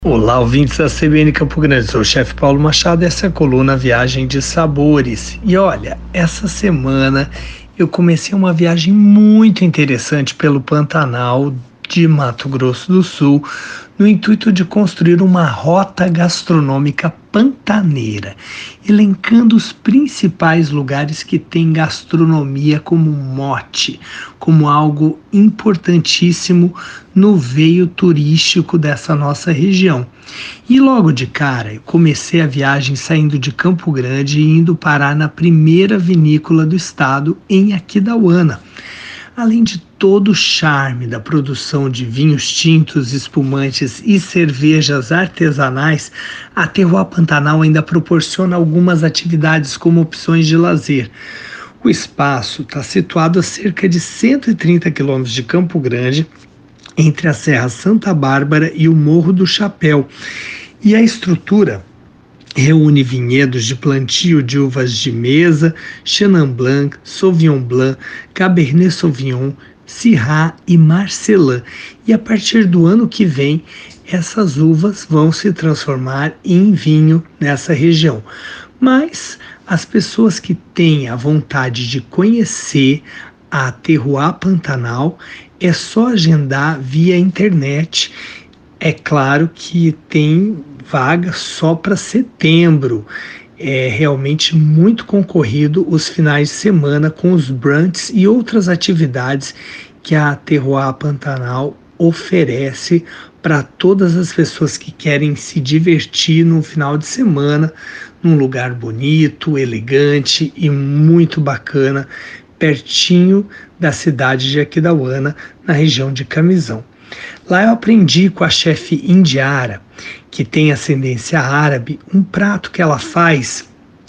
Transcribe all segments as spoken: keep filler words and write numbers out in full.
Olá, ouvintes da C B N Campo Grande, sou o chefe Paulo Machado e essa é a coluna Viagem de Sabores. E olha, essa semana eu comecei uma viagem muito interessante pelo Pantanal de Mato Grosso do Sul, no intuito de construir uma rota gastronômica pantaneira, elencando os principais lugares que têm gastronomia como mote, como algo importantíssimo no veio turístico dessa nossa região. E logo de cara, eu comecei a viagem saindo de Campo Grande e indo parar na primeira vinícola do estado, em Aquidauana. Além de todo o charme da produção de vinhos tintos, espumantes e cervejas artesanais, a Terroir Pantanal ainda proporciona algumas atividades como opções de lazer. O espaço está situado a cerca de cento e trinta quilômetros de Campo Grande, entre a Serra Santa Bárbara e o Morro do Chapéu. E a estrutura reúne vinhedos de plantio de uvas de mesa, Chenin Blanc, Sauvignon Blanc, Cabernet Sauvignon, Syrah e Marcelin. E a partir do ano que vem, essas uvas vão se transformar em vinho nessa região. Mas as pessoas que têm a vontade de conhecer a Terroir Pantanal, é só agendar via internet. É claro que tem vaga só para setembro. É realmente muito concorrido os finais de semana com os brunches e outras atividades que a Terroir Pantanal oferece para todas as pessoas que querem se divertir no final de semana, num lugar bonito, elegante e muito bacana, pertinho da cidade de Aquidauana, na região de Camisão. Lá eu aprendi com a chefe Indiara, que tem ascendência árabe, um prato que ela faz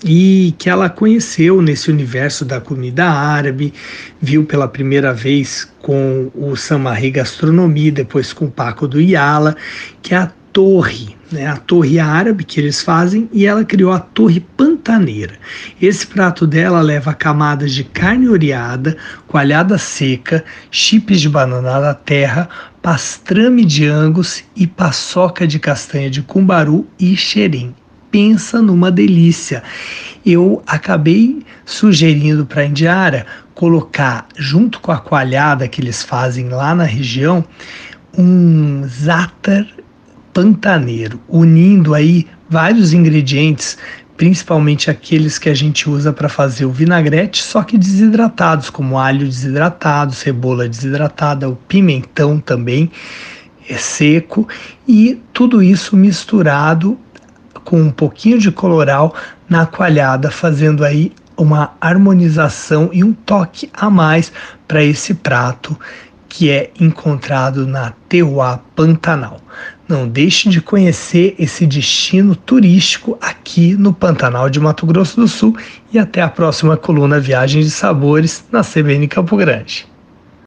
e que ela conheceu nesse universo da comida árabe, viu pela primeira vez com o Samarri Gastronomia, depois com o Paco do Iala, que é a torre, né, a torre árabe que eles fazem, e ela criou a torre pantaneira. Esse prato dela leva camadas de carne oreada, coalhada seca, chips de banana da terra, pastrame de angus e paçoca de castanha de cumbaru e xerém. Pensa numa delícia. Eu acabei sugerindo para a Indiara colocar, junto com a coalhada que eles fazem lá na região, um za'atar pantaneiro, unindo aí vários ingredientes, principalmente aqueles que a gente usa para fazer o vinagrete, só que desidratados, como alho desidratado, cebola desidratada, o pimentão também é seco, e tudo isso misturado com um pouquinho de colorau na coalhada, fazendo aí uma harmonização e um toque a mais para esse prato que é encontrado na Terroir Pantanal. Não deixe de conhecer esse destino turístico aqui no Pantanal de Mato Grosso do Sul, e até a próxima coluna Viagem de Sabores na C B N Campo Grande.